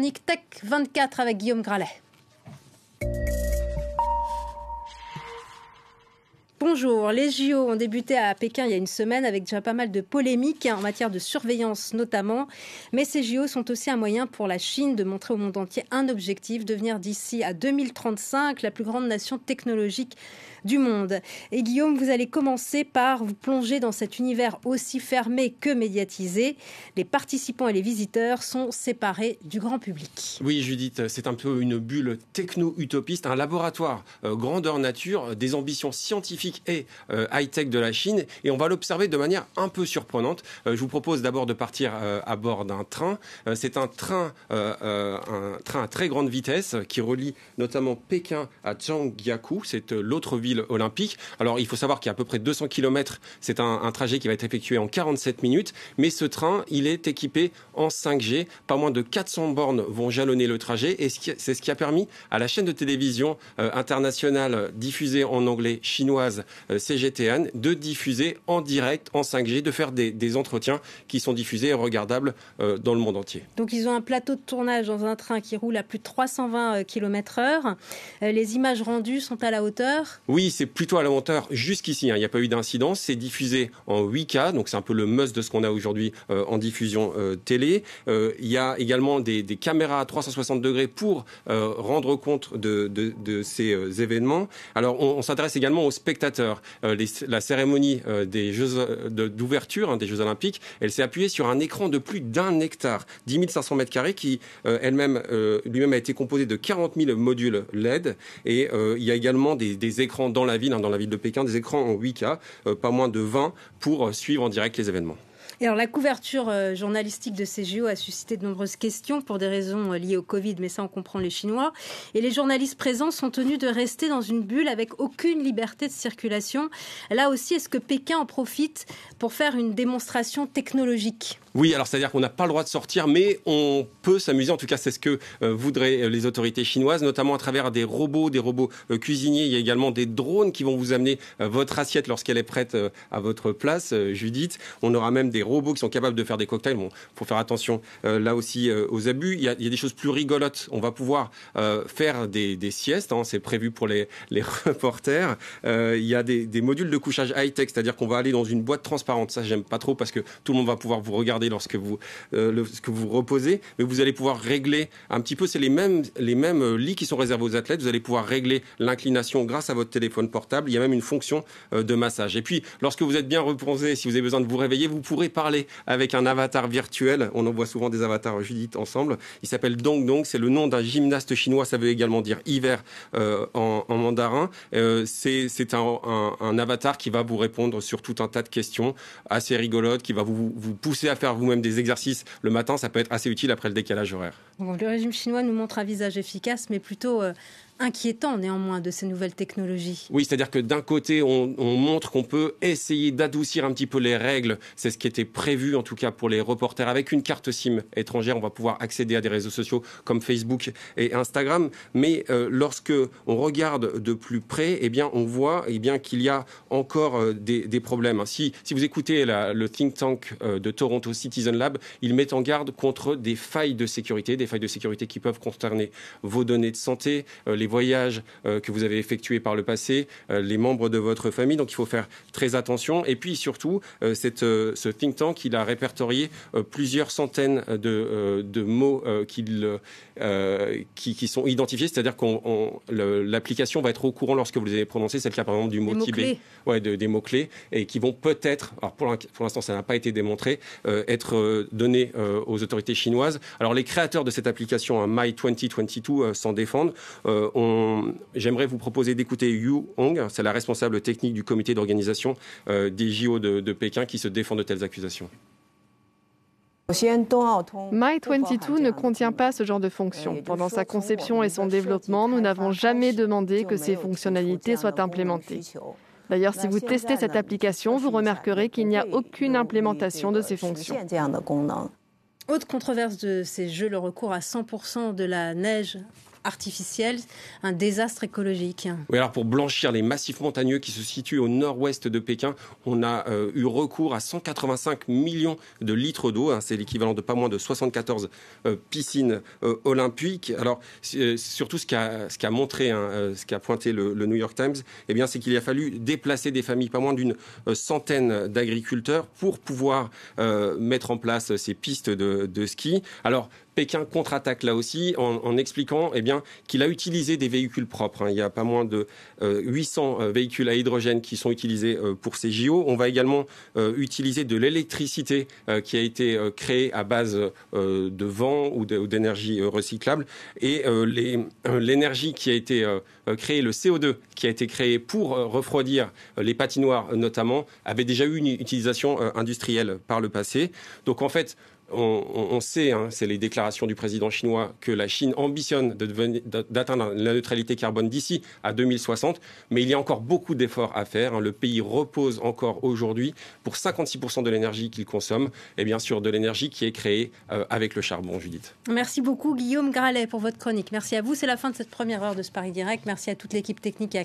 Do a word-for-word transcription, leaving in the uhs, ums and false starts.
chronique Tech vingt-quatre avec Guillaume Gralet. Bonjour, les J O ont débuté à Pékin il y a une semaine avec déjà pas mal de polémiques en matière de surveillance notamment. Mais ces J O sont aussi un moyen pour la Chine de montrer au monde entier un objectif, devenir d'ici à deux mille trente-cinq la plus grande nation technologique du monde. Et Guillaume, vous allez commencer par vous plonger dans cet univers aussi fermé que médiatisé. Les participants et les visiteurs sont séparés du grand public. Oui Judith, c'est un peu une bulle techno-utopiste, un laboratoire euh, grandeur nature, des ambitions scientifiques et euh, high-tech de la Chine, et on va l'observer de manière un peu surprenante. Euh, je vous propose d'abord de partir euh, à bord d'un train. Euh, c'est un train, euh, euh, un train à très grande vitesse qui relie notamment Pékin à Zhangjiakou, c'est euh, l'autre ville olympique. Alors il faut savoir qu'il y a à peu près deux cents kilomètres, c'est un, un trajet qui va être effectué en quarante-sept minutes, mais ce train, il est équipé en cinq G. Pas moins de quatre cents bornes vont jalonner le trajet, et c'est ce qui a permis à la chaîne de télévision euh, internationale diffusée en anglais chinoise C G T N de diffuser en direct, en cinq G, de faire des, des entretiens qui sont diffusés et regardables euh, dans le monde entier. Donc ils ont un plateau de tournage dans un train qui roule à plus de trois cent vingt kilomètres heure. Euh, les images rendues sont à la hauteur? Oui, c'est plutôt à la hauteur jusqu'ici. Hein. Il n'y a pas eu d'incidence. C'est diffusé en huit K, donc c'est un peu le must de ce qu'on a aujourd'hui euh, en diffusion euh, télé. Euh, il y a également des, des caméras à trois cent soixante degrés pour euh, rendre compte de, de, de ces euh, événements. Alors on, on s'intéresse également aux spectateurs. Euh, les, la cérémonie euh, des Jeux de, d'ouverture hein, des Jeux Olympiques, elle s'est appuyée sur un écran de plus d'un hectare, dix mille cinq cents mètres carrés, qui euh, elle-même, euh, lui-même a été composé de quarante mille modules L E D. Et euh, il y a également des, des écrans dans la ville, hein, dans la ville de Pékin, des écrans en huit K, euh, pas moins de vingt, pour suivre en direct les événements. Et alors, la couverture euh, journalistique de ces J O a suscité de nombreuses questions pour des raisons euh, liées au Covid, mais ça, on comprend les Chinois. Et les journalistes présents sont tenus de rester dans une bulle avec aucune liberté de circulation. Là aussi, est-ce que Pékin en profite pour faire une démonstration technologique ? Oui, alors c'est-à-dire qu'on n'a pas le droit de sortir, mais on peut s'amuser. En tout cas, c'est ce que euh, voudraient les autorités chinoises, notamment à travers des robots, des robots euh, cuisiniers. Il y a également des drones qui vont vous amener euh, votre assiette lorsqu'elle est prête euh, à votre place, euh, Judith. On aura même des robots qui sont capables de faire des cocktails. Bon, faut faire attention euh, là aussi euh, aux abus. Il y, a, il y a des choses plus rigolotes. On va pouvoir euh, faire des, des siestes. Hein, c'est prévu pour les, les reporters. Euh, il y a des, des modules de couchage high-tech, c'est-à-dire qu'on va aller dans une boîte transparente. Ça, j'aime pas trop parce que tout le monde va pouvoir vous regarder lorsque vous euh, le, ce que vous reposez, mais vous allez pouvoir régler un petit peu, c'est les mêmes les mêmes lits qui sont réservés aux athlètes. Vous allez pouvoir régler l'inclination grâce à votre téléphone portable. Il y a même une fonction euh, de massage. Et puis, lorsque vous êtes bien reposé, si vous avez besoin de vous réveiller, vous pourrez parler avec un avatar virtuel. On en voit souvent des avatars, Judith, ensemble. Il s'appelle Dong Dong. C'est le nom d'un gymnaste chinois. Ça veut également dire hiver euh, en, en mandarin. Euh, c'est c'est un, un, un avatar qui va vous répondre sur tout un tas de questions assez rigolotes, qui va vous, vous pousser à faire vous-même des exercices le matin. Ça peut être assez utile après le décalage horaire. Bon, le régime chinois nous montre un visage efficace, mais plutôt euh, inquiétant néanmoins de ces nouvelles technologies. Oui, c'est-à-dire que d'un côté, on, on montre qu'on peut essayer d'adoucir un petit peu les règles. C'est ce qui était prévu, en tout cas pour les reporters. Avec une carte SIM étrangère, on va pouvoir accéder à des réseaux sociaux comme Facebook et Instagram. Mais euh, lorsque on regarde de plus près, eh bien, on voit eh bien, qu'il y a encore euh, des, des problèmes. Si, si vous écoutez la, le think tank euh, de Toronto Citizen Lab, il met en garde contre des failles de sécurité, des failles de sécurité qui peuvent concerner vos données de santé, euh, les voyages euh, que vous avez effectués par le passé, euh, les membres de votre famille. Donc il faut faire très attention. Et puis surtout, euh, cette, euh, ce think tank, il a répertorié euh, plusieurs centaines de, euh, de mots euh, qu'il, euh, qui, qui sont identifiés. C'est-à-dire que l'application va être au courant lorsque vous les avez prononcés. C'est le cas par exemple du mot Tibet, ouais, de, des mots-clés, et qui vont peut-être, alors pour l'instant ça n'a pas été démontré, euh, être euh, donnés euh, aux autorités chinoises. Alors les créateurs de cette application, hein, My vingt vingt-deux, euh, s'en défendent. Euh, on... J'aimerais vous proposer d'écouter Yu Hong, c'est la responsable technique du comité d'organisation euh, des J O de, de Pékin, qui se défend de telles accusations. My vingt-deux ne contient pas ce genre de fonction. Pendant sa conception et son développement, nous n'avons jamais demandé que ces fonctionnalités soient implémentées. D'ailleurs, si vous testez cette application, vous remarquerez qu'il n'y a aucune implémentation de ces fonctions. Autre controverse de ces jeux, le recours à cent pour cent de la neige artificielle, un désastre écologique. Oui, alors pour blanchir les massifs montagneux qui se situent au nord-ouest de Pékin, on a euh, eu recours à cent quatre-vingt-cinq millions de litres d'eau. Hein, c'est l'équivalent de pas moins de soixante-quatorze euh, piscines euh, olympiques. Alors, c'est surtout ce qu'a, ce qu'a montré, hein, euh, ce qu'a pointé le, le New York Times, eh bien, c'est qu'il a fallu déplacer des familles, pas moins d'une euh, centaine d'agriculteurs, pour pouvoir euh, mettre en place ces pistes de, de ski. Alors, Pékin contre-attaque là aussi en, en expliquant eh bien, qu'il a utilisé des véhicules propres. Hein. Il y a pas moins de euh, huit cents euh, véhicules à hydrogène qui sont utilisés euh, pour ces J O. On va également euh, utiliser de l'électricité euh, qui a été euh, créée à base euh, de vent ou, de, ou d'énergie euh, recyclable. Et euh, les, euh, l'énergie qui a été euh, créée, le C O deux qui a été créé pour euh, refroidir euh, les patinoires euh, notamment, avait déjà eu une utilisation euh, industrielle par le passé. Donc en fait, On, on sait, hein, c'est les déclarations du président chinois, que la Chine ambitionne de devenir, d'atteindre la neutralité carbone d'ici à deux mille soixante, mais il y a encore beaucoup d'efforts à faire. Hein. Le pays repose encore aujourd'hui pour cinquante-six pour cent de l'énergie qu'il consomme, et bien sûr de l'énergie qui est créée euh, avec le charbon, Judith. Merci beaucoup Guillaume Gralet pour votre chronique. Merci à vous, c'est la fin de cette première heure de ce Paris Direct. Merci à toute l'équipe technique et à